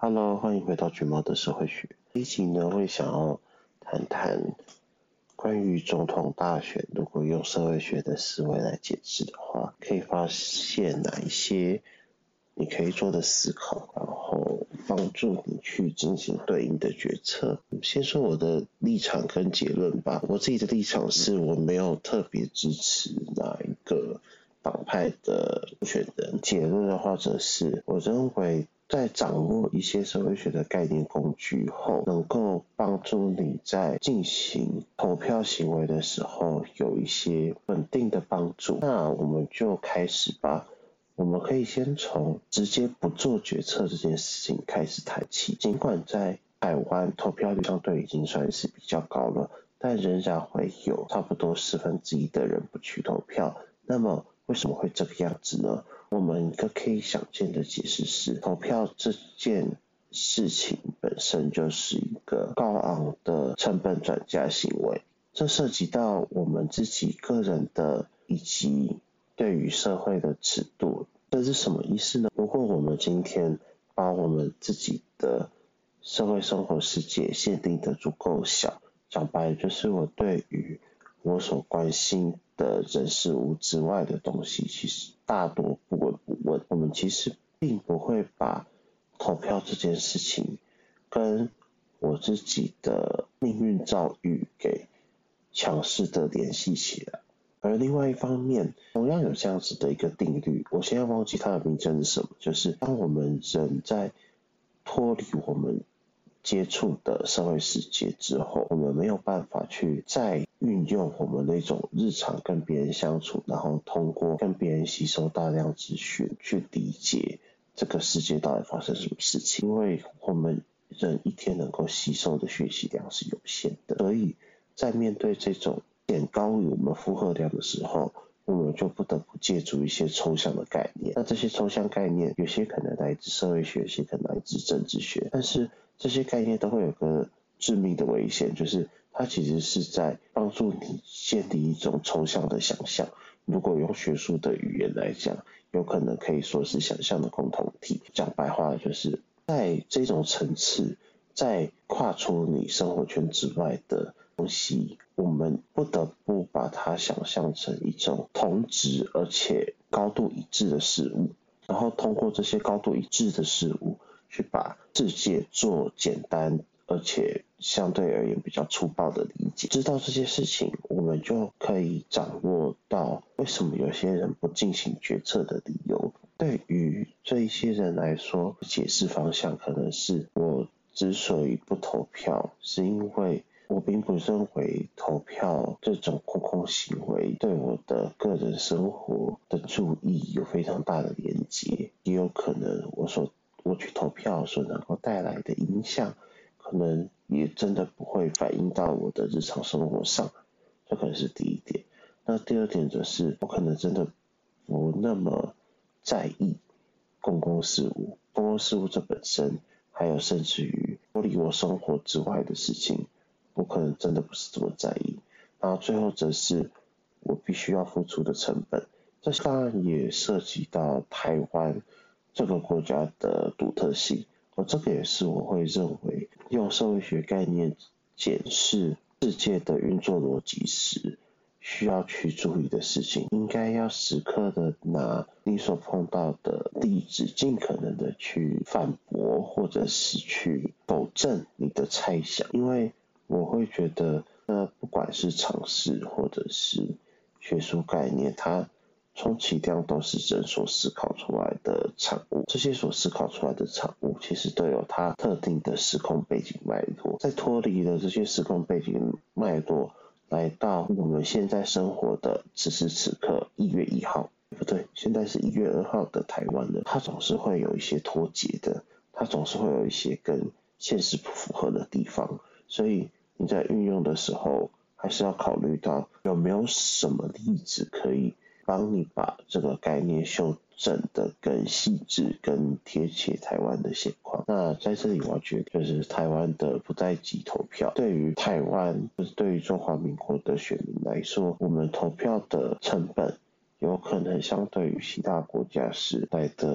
Hello，欢迎回到橘猫的社会学。这一集呢，会想要谈谈关于总统大选，如果用社会学的思维来解释的话，可以发现哪一些你可以做的思考，然后帮助你去进行对应的决策。先说我的立场跟结论吧。我自己的立场是我没有特别支持哪一个党派的候选人。结论的话则是，我认为在掌握一些社会学的概念工具后，能够帮助你在进行投票行为的时候有一些稳定的帮助。那我们就开始吧。我们可以先从直接不做决策这件事情开始谈起。尽管在台湾投票率相对已经算是比较高了，但仍然会有差不多1/4的人不去投票。那么为什么会这个样子呢？我们一个可以想见的解释是，投票这件事情本身就是一个高昂的成本转嫁行为，这涉及到我们自己个人的以及对于社会的尺度。这是什么意思呢？如果我们今天把我们自己的社会生活世界限定的足够小，讲白了就是我对于我所关心的人事物之外的东西，其实大多不闻不问。我们其实并不会把投票这件事情跟我自己的命运遭遇给强势的联系起来。而另外一方面，同样有这样子的一个定律，我现在忘记它的名称是什么，就是当我们人在脱离我们接触的社会世界之后，我们没有办法去再运用我们那种日常跟别人相处，然后通过跟别人吸收大量资讯去理解这个世界到底发生什么事情，因为我们人一天能够吸收的学习量是有限的，所以在面对这种远高于我们负荷量的时候，我们就不得不借助一些抽象的概念。那这些抽象概念，有些可能来自社会学，有些可能来自政治学，但是这些概念都会有个致命的危险，就是它其实是在帮助你建立一种抽象的想象。如果用学术的语言来讲，有可能可以说是想象的共同体。讲白话就是在这种层次，在跨出你生活圈之外的东西，我们不得不把它想象成一种同质而且高度一致的事物，然后通过这些高度一致的事物去把世界做简单而且相对而言比较粗暴的理解。知道这些事情，我们就可以掌握到为什么有些人不进行决策的理由。对于这一些人来说，解释方向可能是我之所以不投票，是因为我并不认为投票这种公共行为对我的个人生活的注意有非常大的连结，也有可能我去投票所能够带来的影响，可能也真的不会反映到我的日常生活上，这可能是第一点。那第二点则是我可能真的不那么在意公共事务，公共事务这本身，还有甚至于脱离我生活之外的事情，我可能真的不是这么在意。然后最后则是我必须要付出的成本，这当然也涉及到台湾这个国家的独特性。这个也是我会认为用社会学概念检视世界的运作逻辑时需要去注意的事情，应该要时刻的拿你所碰到的例子尽可能的去反驳或者是去否证你的猜想。因为我会觉得不管是常识或者是学术概念，它充其量都是人所思考出来的产物，这些所思考出来的产物其实都有它特定的时空背景脉络，在脱离了这些时空背景脉络，来到我们现在生活的此时此刻1月1号，不对，现在是1月2号的台湾呢，它总是会有一些脱节的，它总是会有一些跟现实不符合的地方，所以你在运用的时候还是要考虑到有没有什么例子可以帮你把这个概念修正的更细致、更贴切台湾的现况。那在这里我要觉得，就是台湾的不在籍投票，对于台湾，就是对于中华民国的选民来说，我们投票的成本有可能相对于其他国家是来的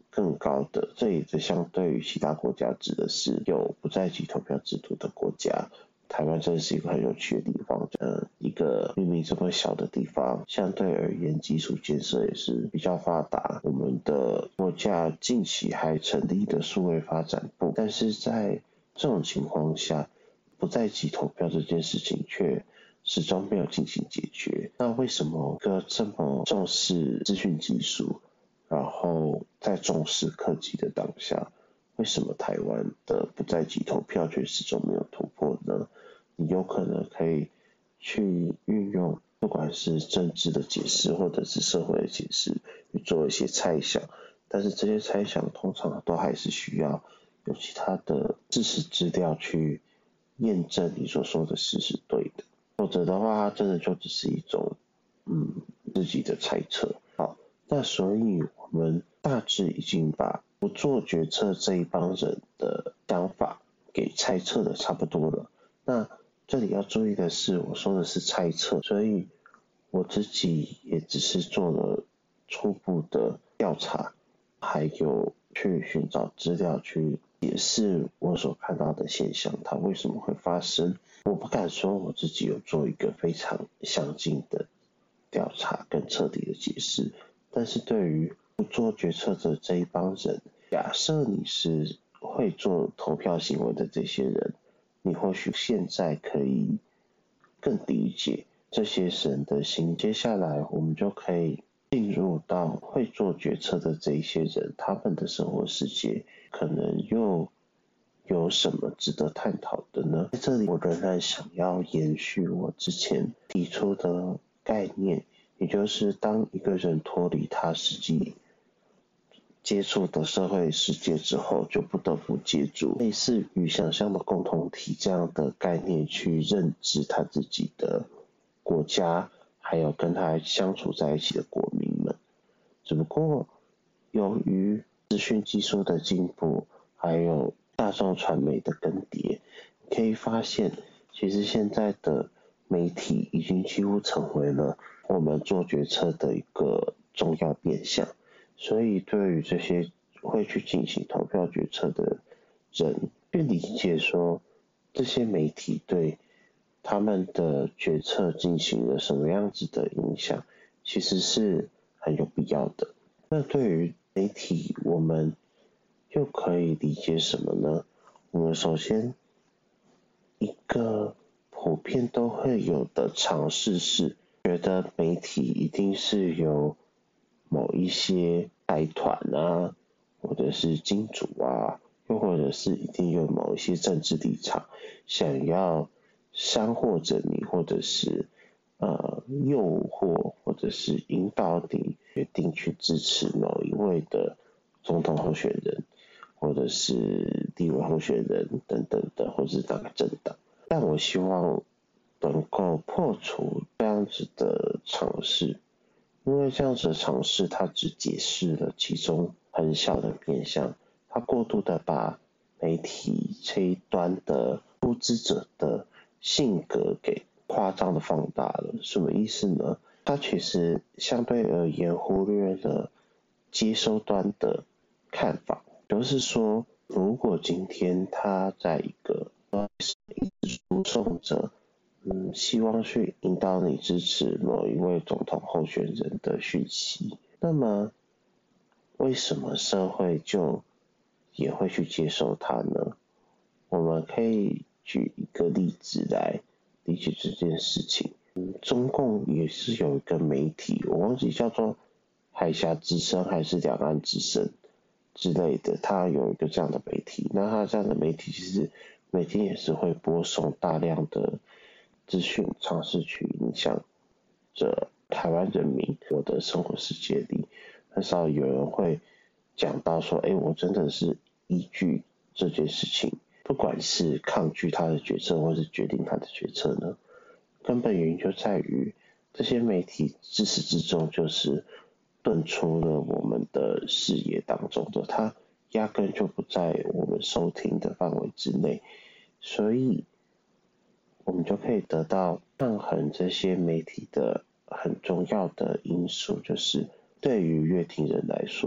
更高的，这也是相对于其他国家指的是有不在籍投票制度的国家。台湾真是一个很有趣的地方，一个明明这么小的地方，相对而言基础建设也是比较发达。我们的国家近期还成立的数位发展部，但是在这种情况下，不在籍投票这件事情却始终没有进行解决。那为什么一个这么重视资讯技术，然后在重视科技的当下，为什么台湾的不在籍投票却始终没有突破呢？你有可能可以去运用不管是政治的解释或者是社会的解释去做一些猜想，但是这些猜想通常都还是需要有其他的事实资料去验证你所说的事是对的，否则的话它真的就只是一种自己的猜测。好，那所以我们大致已经把不做决策这一帮人的想法给猜测的差不多了。那这里要注意的是，我说的是猜测，所以我自己也只是做了初步的调查，还有去寻找资料去解释我所看到的现象，它为什么会发生。我不敢说我自己有做一个非常详尽的调查跟彻底的解释，但是对于不做决策的这一帮人，假设你是会做投票行为的这些人，你或许现在可以更理解这些人的心。接下来我们就可以进入到会做决策的这一些人，他们的生活世界可能又有什么值得探讨的呢？在这里我仍然想要延续我之前提出的概念，也就是当一个人脱离他实际接触的社会世界之后，就不得不借助类似于想象的共同体这样的概念去认知他自己的国家，还有跟他相处在一起的国民们。只不过由于资讯技术的进步，还有大众传媒的更迭，可以发现其实现在的媒体已经几乎成为了我们做决策的一个重要变项。所以对于这些会去进行投票决策的人，去理解说这些媒体对他们的决策进行了什么样子的影响，其实是很有必要的。那对于媒体，我们又可以理解什么呢？我们首先一个普遍都会有的尝试是，觉得媒体一定是由某一些财团啊，或者是金主啊，又或者是一定有某一些政治立场，想要煽惑着你，或者是诱惑，或者是引导你决定去支持某一位的总统候选人，或者是立委候选人等等的，或者是哪个政党。但我希望能够破除这样子的尝试，因为这样子的尝试它只解释了其中很小的面向，它过度的把媒体这一端的出资者的性格给夸张的放大了。什么意思呢？它其实相对而言忽略了接收端的看法，就是说，如果今天他在一个输送着希望去引导你支持某一位总统候选人的讯息，那么为什么社会就也会去接受它呢？我们可以举一个例子来理解这件事情。中共也是有一个媒体，我忘记叫做海峡之声还是两岸之声之类的，它有一个这样的媒体。那它这样的媒体其实每天也是会播送大量的资讯，尝试去影响着台湾人民我的生活世界里。很少有人会讲到说，我真的是依据这件事情，不管是抗拒他的决策，或是决定他的决策呢？根本原因就在于这些媒体自始至终就是遁出了我们的视野当中的，它压根就不在我们收听的范围之内，所以我们就可以得到抗衡这些媒体的很重要的因素，就是对于乐听人来说，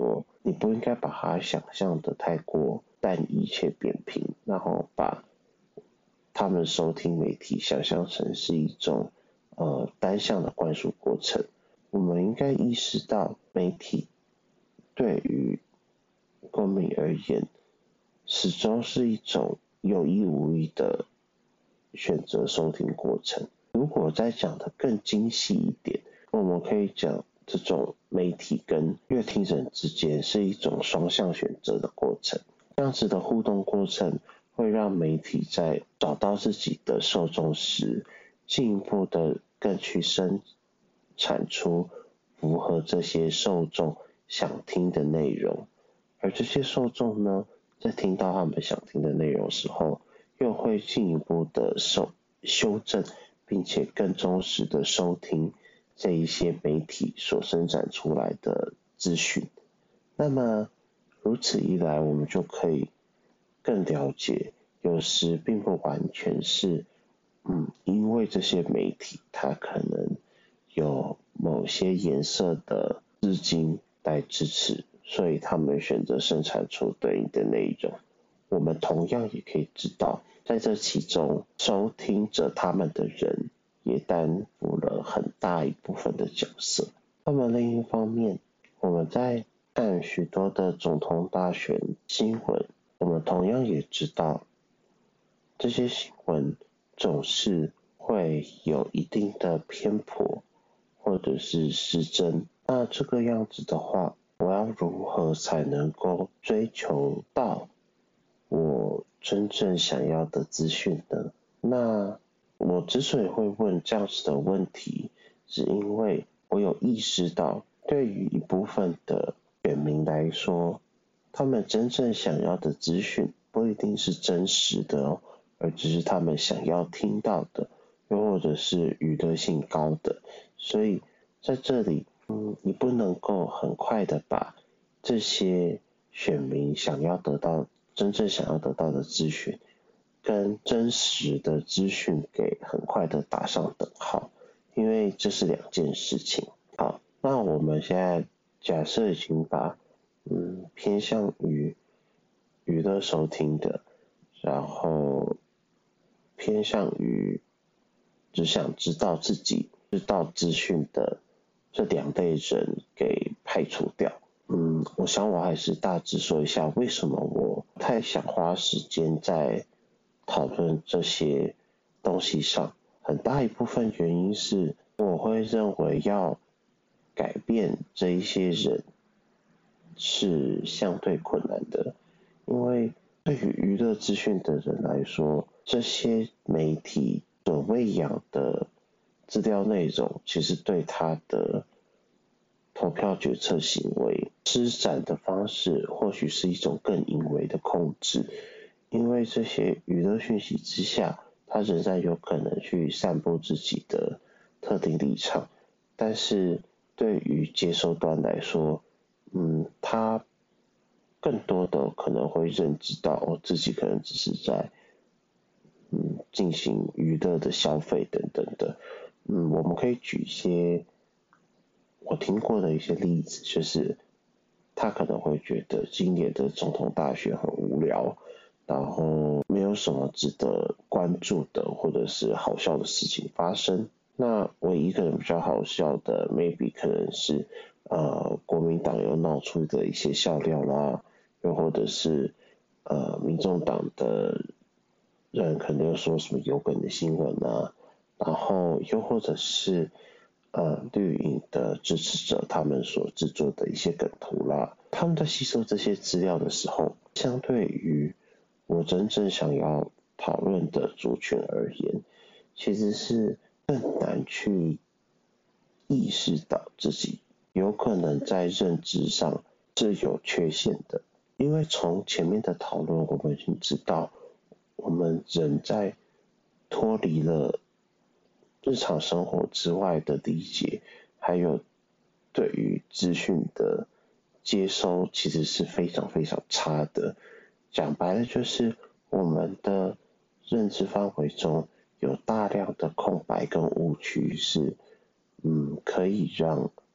你不应该把它想象的太过单一且扁平，然后把他们收听媒体想象成是一种单向的灌输过程。我们应该意识到，媒体对于公民而言，始终是一种有意无意的选择收听过程。如果再讲得更精细一点，我们可以讲这种媒体跟乐听人之间是一种双向选择的过程。这样子的互动过程会让媒体在找到自己的受众时，进一步的更去生产出符合这些受众想听的内容。而这些受众呢，在听到他们想听的内容时候，又会进一步的修正，并且更忠实的收听这一些媒体所生产出来的资讯。那么如此一来，我们就可以更了解，有时并不完全是因为这些媒体它可能有某些颜色的资金来支持，所以他们选择生产出对应的内容。我们同样也可以知道，在这其中收听着他们的人也担负了很大一部分的角色。那么另一方面，我们在看许多的总统大选新闻，我们同样也知道，这些新闻总是会有一定的偏颇或者是失真。那这个样子的话，我要如何才能够追求到我真正想要的资讯呢？那我之所以会问这样子的问题，是因为我有意识到，对于一部分的选民来说，他们真正想要的资讯不一定是真实的哦，而只是他们想要听到的，又或者是娱乐性高的。所以在这里，你不能够很快的把这些选民真正想要得到的资讯，跟真实的资讯给很快的打上等号，因为这是两件事情。好，那我们现在假设已经把偏向于娱乐收听的，然后偏向于只想知道自己知道资讯的这两类人给排除掉。我想我还是大致说一下为什么我不太想花时间在讨论这些东西上。很大一部分原因是我会认为要改变这一些人是相对困难的，因为对于娱乐资讯的人来说，这些媒体所喂养的资料内容，其实对他的投票决策行为施展的方式，或许是一种更隐微的控制，因为这些娱乐讯息之下，他仍然有可能去散布自己的特定立场，但是对于接收端来说，他更多的可能会认知到，自己可能只是在进行娱乐的消费等等的。我们可以举一些我听过的一些例子，就是他可能会觉得今年的总统大选很无聊，然后没有什么值得关注的或者是好笑的事情发生。那唯一可能比较好笑的 maybe 可能是国民党有闹出的一些笑料啦，又或者是民众党的人可能又说什么有梗的新闻啊，然后又或者是绿营的支持者他们所制作的一些梗图啦，他们在吸收这些资料的时候，相对于我真正想要讨论的族群而言，其实是更难去意识到自己有可能在认知上是有缺陷的，因为从前面的讨论我们已经知道，我们人在脱离了日常生活之外的理解，还有对于资讯的接收其实是非常非常差的。讲白了就是我们的认知范围中有大量的空白跟误区是可以让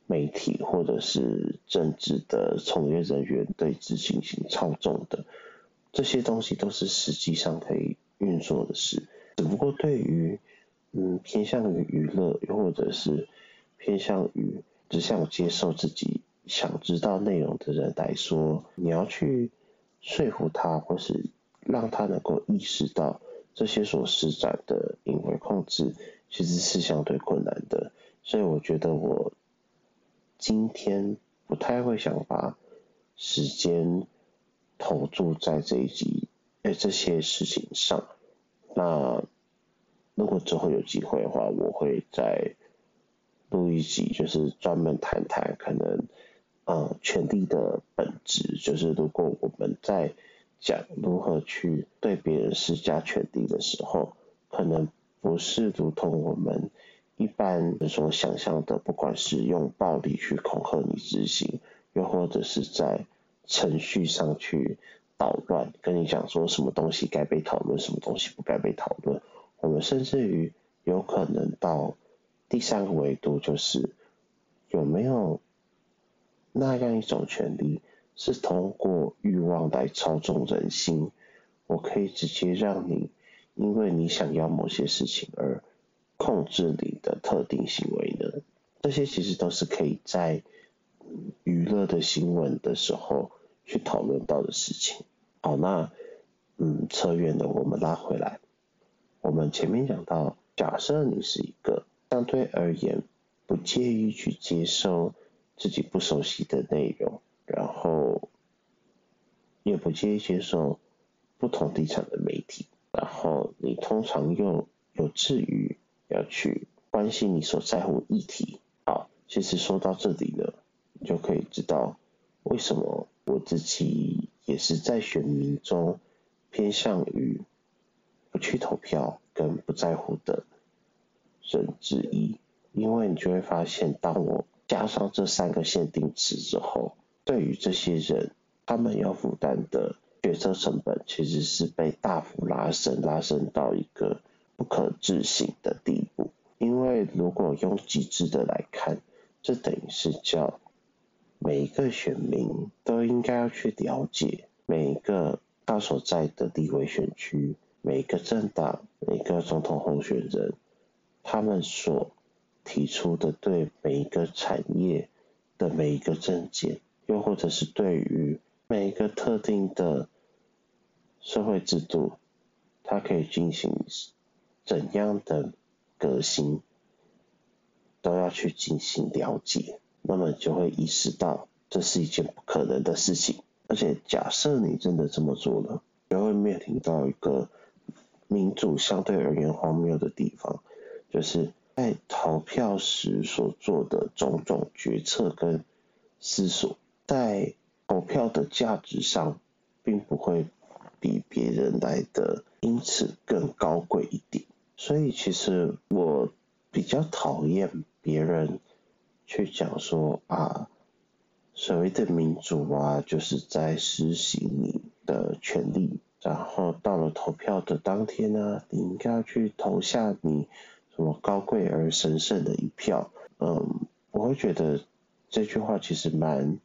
媒体或者是政治的从业人员对之进行操纵的，这些东西都是实际上可以运作的事。只不过对于偏向于娱乐，又或者是偏向于只想接受自己想知道内容的人来说，你要去说服他，或是让他能够意识到这些所施展的隐微控制其实是相对困难的。所以我觉得我今天不太会想把时间投注在这些事情上。那如果之后有机会的话，我会再录一集，就是专门谈谈可能权力的本质，就是如果我们在讲如何去对别人施加权力的时候，可能不是如同我们一般所想象的，不管是用暴力去恐吓你执行，又或者是在程序上去捣乱，跟你讲说什么东西该被讨论，什么东西不该被讨论。我们甚至于有可能到第三个维度，就是有没有那样一种权利是通过欲望来操纵人心，我可以直接让你因为你想要某些事情而控制你的特定行为呢？这些其实都是可以在娱乐的新闻的时候去讨论到的事情。好，那扯远了，我们拉回来。我们前面讲到，假设你是一个相对而言不介意去接受自己不熟悉的内容，然后也不介意接受不同立场的媒体，然后你通常又有志于要去关心你所在乎议题。好，其实说到这里呢，你就可以知道为什么我自己也是在选民中偏向于不去投票跟不在乎的人之一。因为你就会发现，当我加上这3个限定值之后，对于这些人，他们要负担的决策成本其实是被大幅拉升到一个不可置信的地步。因为如果用极致的来看，这等于是叫每一个选民都应该要去了解每一个他所在的地位选区，每一个政党，每一个总统候选人，他们所提出的对每一个产业的每一个政见，又或者是对于每一个特定的社会制度，它可以进行怎样的革新，都要去进行了解，那么就会意识到这是一件不可能的事情。而且假设你真的这么做了，就会面临到一个民主相对而言荒谬的地方，就是在投票时所做的种种决策跟思索，在投票的价值上并不会比别人来的因此更高贵一点。所以其实我比较讨厌别人去讲说所谓的民主就是在施行你的权利，然后到了投票的当天呢，你应该要去投下你什么高贵而神圣的一票。我会觉得这句话其实蛮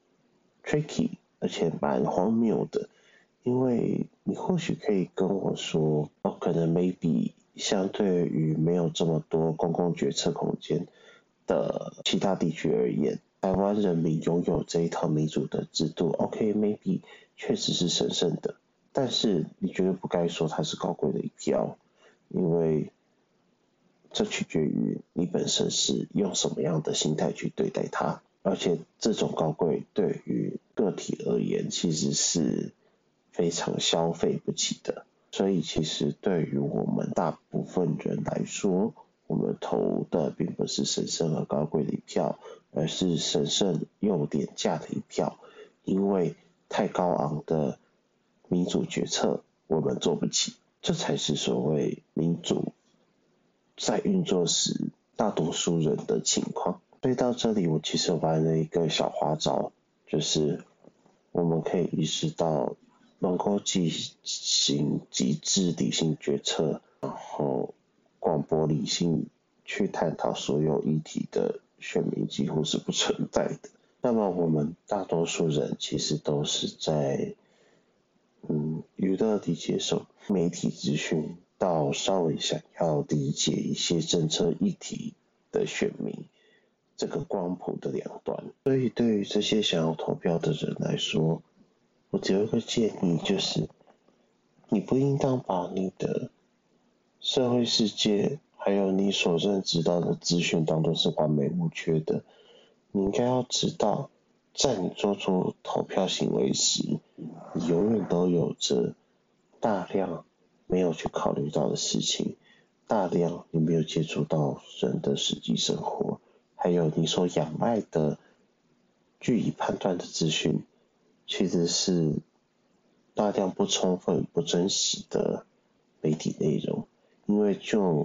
tricky， 而且蛮荒谬的。因为你或许可以跟我说，可能 maybe 相对于没有这么多公共决策空间的其他地区而言，台湾人民拥有这一套民主的制度 ，OK maybe 确实是神圣的，但是你绝对不该说它是高贵的一票，因为这取决于你本身是用什么样的心态去对待它，而且这种高贵对于个体而言其实是非常消费不起的。所以其实对于我们大部分人来说，我们投的并不是神圣而高贵的一票，而是神圣又廉价的一票。因为太高昂的民主决策我们做不起，这才是所谓民主在运作时大多数人的情况。所以到这里我其实玩了一个小花招，就是我们可以意识到能够进行极致理性决策，然后广博理性去探讨所有议题的选民几乎是不存在的。那么我们大多数人其实都是在娱乐地接受媒体资讯到稍微想要理解一些政策议题的选民，这个光谱的两端。所以对于这些想要投票的人来说，我只有一个建议，就是你不应当把你的社会世界还有你所认知到的资讯当作是完美无缺的。你应该要知道，在你做出投票行为时，你永远都有着大量没有去考虑到的事情，大量你没有接触到人的实际生活，还有你所仰赖的据以判断的资讯，其实是大量不充分、不真实的媒体内容。因为就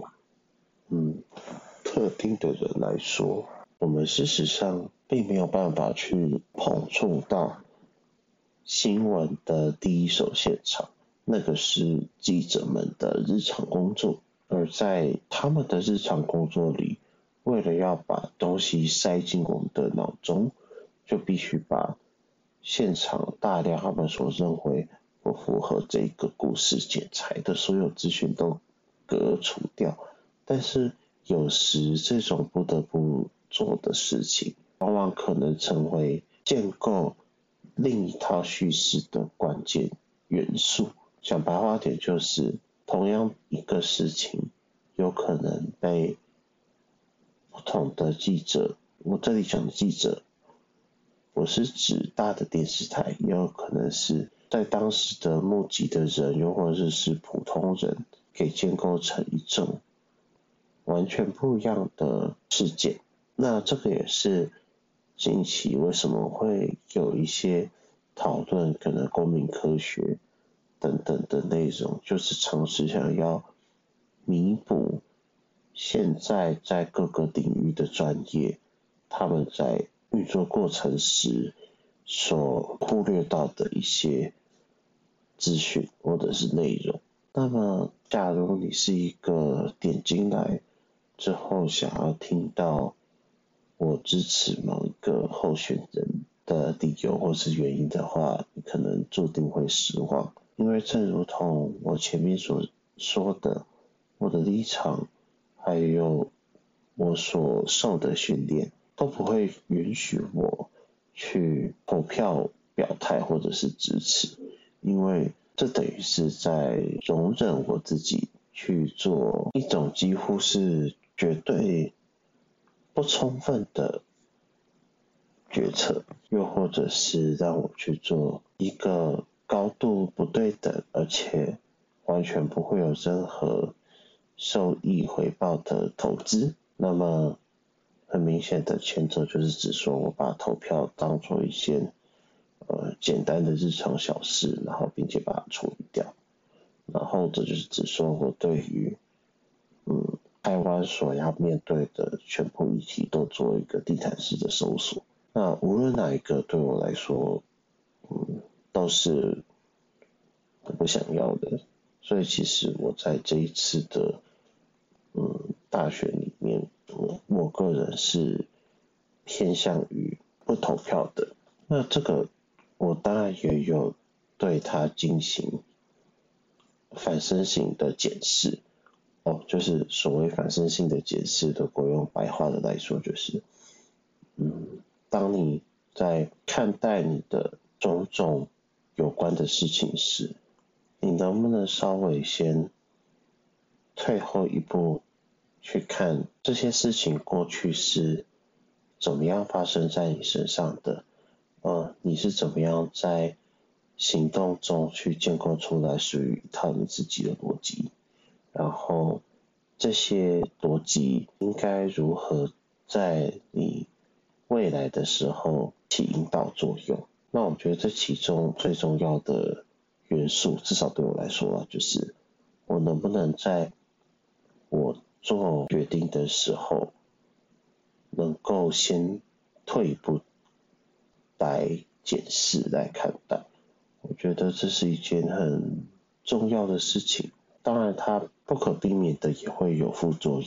特定的人来说，我们事实上并没有办法去碰触到新闻的第一手现场，那个是记者们的日常工作，而在他们的日常工作里，为了要把东西塞进我们的脑中，就必须把现场大量他们所认为不符合这个故事剪裁的所有资讯都割除掉。但是有时这种不得不做的事情，往往可能成为建构另一套叙事的关键元素。讲白话点，就是同样一个事情，有可能被不同的记者，我这里讲的记者，我是指大的电视台，也有可能是在当时的目击的人，又或者是普通人，给建构成一种完全不一样的事件。那这个也是近期为什么会有一些讨论可能公民科学等等的内容，就是尝试想要弥补现在在各个领域的专业，他们在运作过程时所忽略到的一些资讯或者是内容。那么假如你是一个点进来之后想要听到我支持某一个候选人的理由或是原因的话，你可能注定会失望。因为正如同我前面所说的，我的立场还有我所受的训练都不会允许我去投票表态或者是支持，因为这等于是在容忍我自己去做一种几乎是绝对不充分的决策，又或者是让我去做一个高度不对等，而且完全不会有任何收益回报的投资。那么很明显的前者就是指说我把投票当做一件简单的日常小事，然后并且把它处理掉。然后这就是指说我对于台湾所要面对的全部议题都做一个地毯式的搜索。那无论哪一个对我来说，都是我不想要的。所以其实我在这一次的大选里面，我个人是偏向于不投票的。那这个我当然也有对它进行反身性的检视。就是所谓反身性的检视，如果用白话的来说，就是当你在看待你的种种有关的事情时，你能不能稍微先退后一步，去看这些事情过去是怎么样发生在你身上的？你是怎么样在行动中去建构出来属于一套你自己的逻辑？然后这些逻辑应该如何在你未来的时候起引导作用？那我觉得这其中最重要的元素，至少对我来说就是我能不能在我做决定的时候，能够先退一步来检视来看待。我觉得这是一件很重要的事情。当然它不可避免的也会有副作用，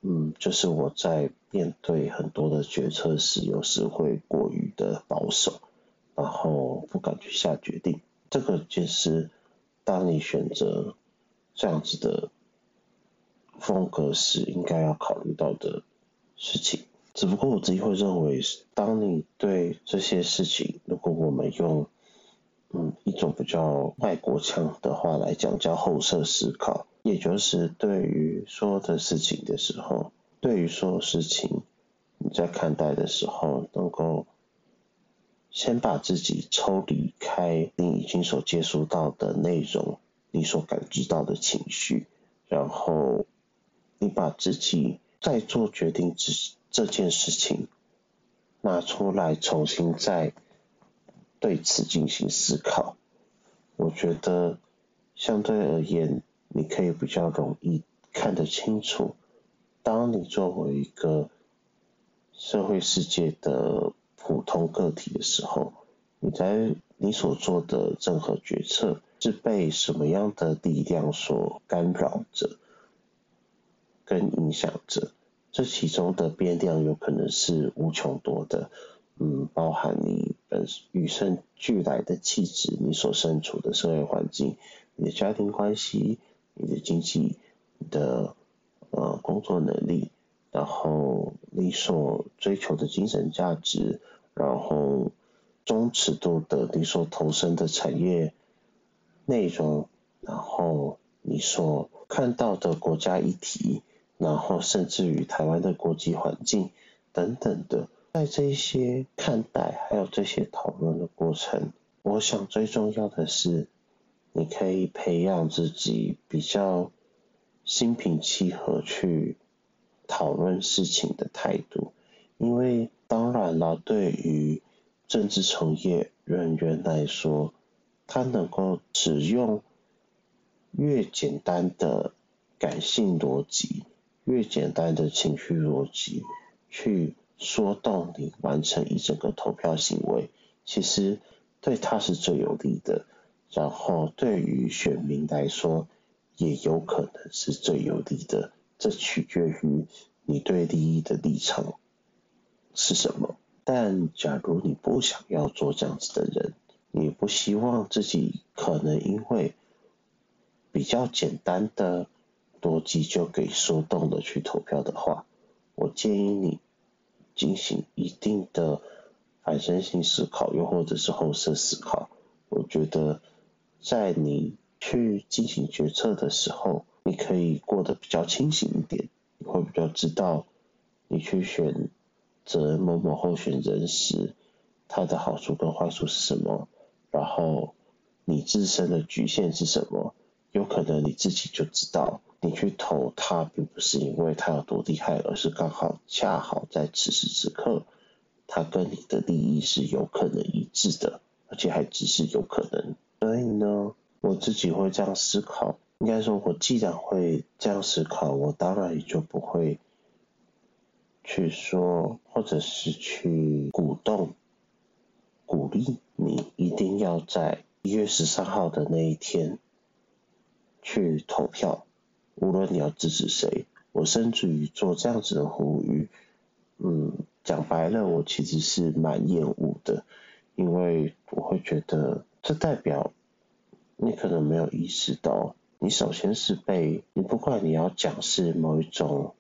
就是我在面对很多的决策时，有时会过于的保守，然后不敢去下决定。这个就是当你选择这样子的风格时，应该要考虑到的事情。只不过我自己会认为，当你对这些事情，如果我们用一种比较外国腔的话来讲，叫后设思考，也就是对于所有的事情的时候，对于所有事情你在看待的时候，能够先把自己抽离开你已经所接触到的内容，你所感知到的情绪，然后你把自己在做决定这件事情拿出来，重新再对此进行思考。我觉得相对而言，你可以比较容易看得清楚，当你作为一个社会世界的普通个体的时候，你所做的任何决策是被什么样的力量所干扰着跟影响着，这其中的变量有可能是无穷多的，包含你与生俱来的气质，你所身处的社会环境，你的家庭关系，你的经济，你的工作能力，然后你所追求的精神价值，然后中尺度的你所投身的产业内容，然后你所看到的国家议题，然后甚至于台湾的国际环境等等的，在这些看待还有这些讨论的过程，我想最重要的是，你可以培养自己比较心平气和去讨论事情的态度，因为当然了，对于政治从业人员来说，他能够使用越简单的感性逻辑，越简单的情绪逻辑，去说动你完成一整个投票行为，其实对他是最有利的。然后对于选民来说，也有可能是最有利的。这取决于你对利益的立场是什么。但假如你不想要做这样子的人，你不希望自己可能因为比较简单的逻辑就给说动的去投票的话，我建议你进行一定的反身性思考，又或者是后设思考。我觉得在你去进行决策的时候，你可以过得比较清醒一点，你会比较知道你去选择某某候选人时，它的好处跟坏处是什么，然后你自身的局限是什么。有可能你自己就知道，你去投他并不是因为他有多厉害，而是刚好恰好在此时此刻，他跟你的利益是有可能一致的，而且还只是有可能。所以呢，我自己会这样思考，应该说我既然会这样思考，我当然也就不会去说，或者是去鼓励你一定要在1月13号的那一天去投票，无论你要支持谁，我甚至于做这样子的呼吁，讲白了，我其实是蛮厌恶的，因为我会觉得这代表你可能没有意识到，你首先是你不管你要讲是某一种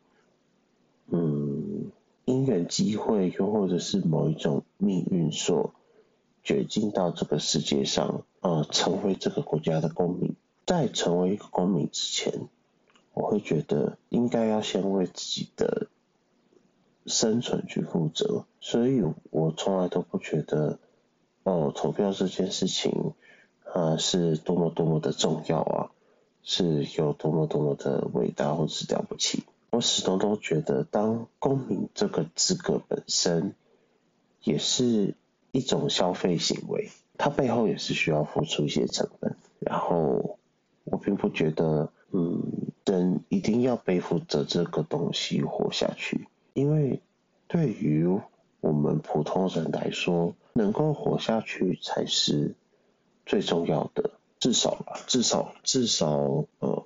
因缘机会，又或者是某一种命运所决定到这个世界上，成为这个国家的公民。在成为一个公民之前，我会觉得应该要先为自己的生存去负责，所以我从来都不觉得投票这件事情是多么多么的重要啊，是有多么多么的伟大或是了不起。我始终都觉得当公民这个资格本身也是一种消费行为，它背后也是需要付出一些成本，然后我并不觉得人一定要背负着这个东西活下去，因为对于我们普通人来说，能够活下去才是最重要的。至少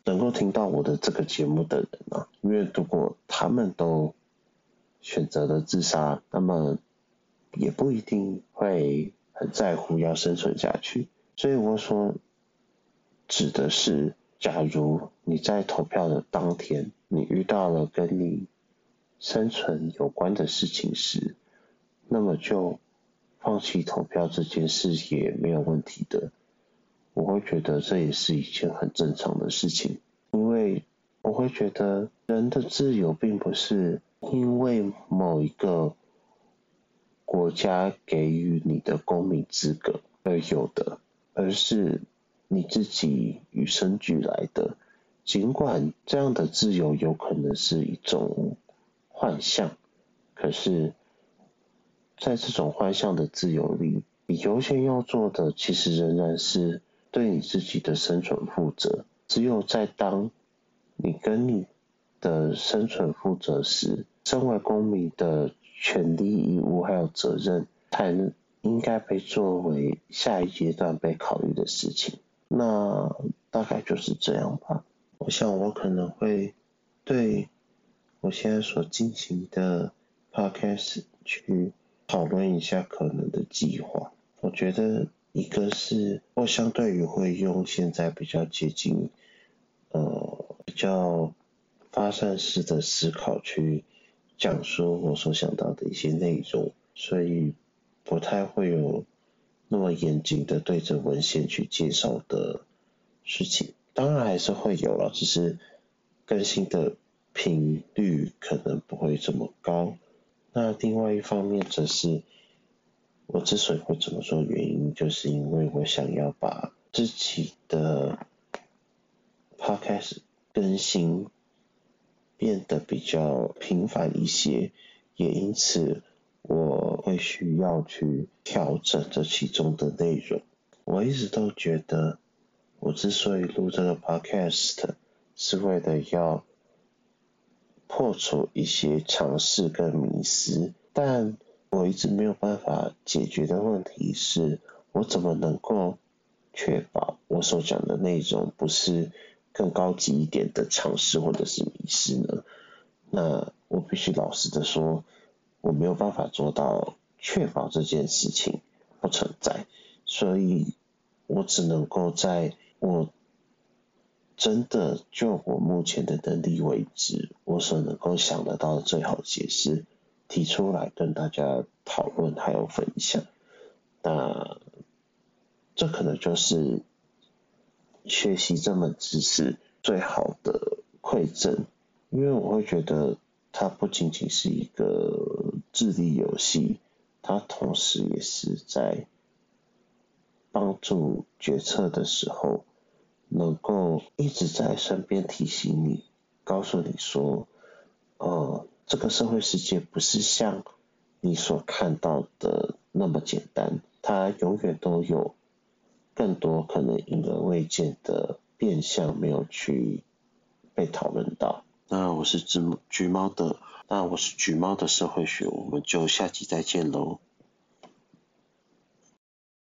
能够听到我的这个节目的人啊，因为如果他们都选择了自杀，那么也不一定会很在乎要生存下去。所以我所指的是，假如你在投票的当天，你遇到了跟你生存有关的事情时，那么就放弃投票这件事也没有问题的。我会觉得这也是一件很正常的事情，因为我会觉得人的自由并不是因为某一个国家给予你的公民资格而有的，而是你自己与生俱来的。尽管这样的自由有可能是一种幻象，可是在这种幻象的自由里，你优先要做的其实仍然是对你自己的生存负责。只有在当你跟你的生存负责时，身为公民的权利、义务还有责任，才应该被作为下一阶段被考虑的事情。那大概就是这样吧。我想我可能会对我现在所进行的 podcast 去讨论一下可能的计划。我觉得一个是我相对于会用现在比较接近比较发散式的思考去讲述我所想到的一些内容，所以不太会有那么严谨的对着文献去介绍的事情。当然还是会有啦，只是更新的频率可能不会这么高。那另外一方面则是我之所以会这么做，原因就是因为我想要把自己的 podcast 更新变得比较频繁一些，也因此我会需要去调整这其中的内容。我一直都觉得我之所以录这个 podcast 是为了要破除一些常识跟迷思，但我一直没有办法解决的问题是，我怎么能够确保我所讲的内容不是更高级一点的常识或者是迷思呢？那我必须老实的说，我没有办法做到确保这件事情不存在，所以我只能够在我真的就我目前的能力为止，我所能够想得到的最好解释提出来跟大家讨论还有分享。那这可能就是学习这门知识最好的馈赠，因为我会觉得它不仅仅是一个智力游戏，它同时也是在帮助决策的时候能够一直在身边提醒你，告诉你说，这个社会世界不是像你所看到的那么简单，它永远都有更多可能隐而未见的变相没有去被讨论到。那我是橘猫的社会学，我们就下集再见喽。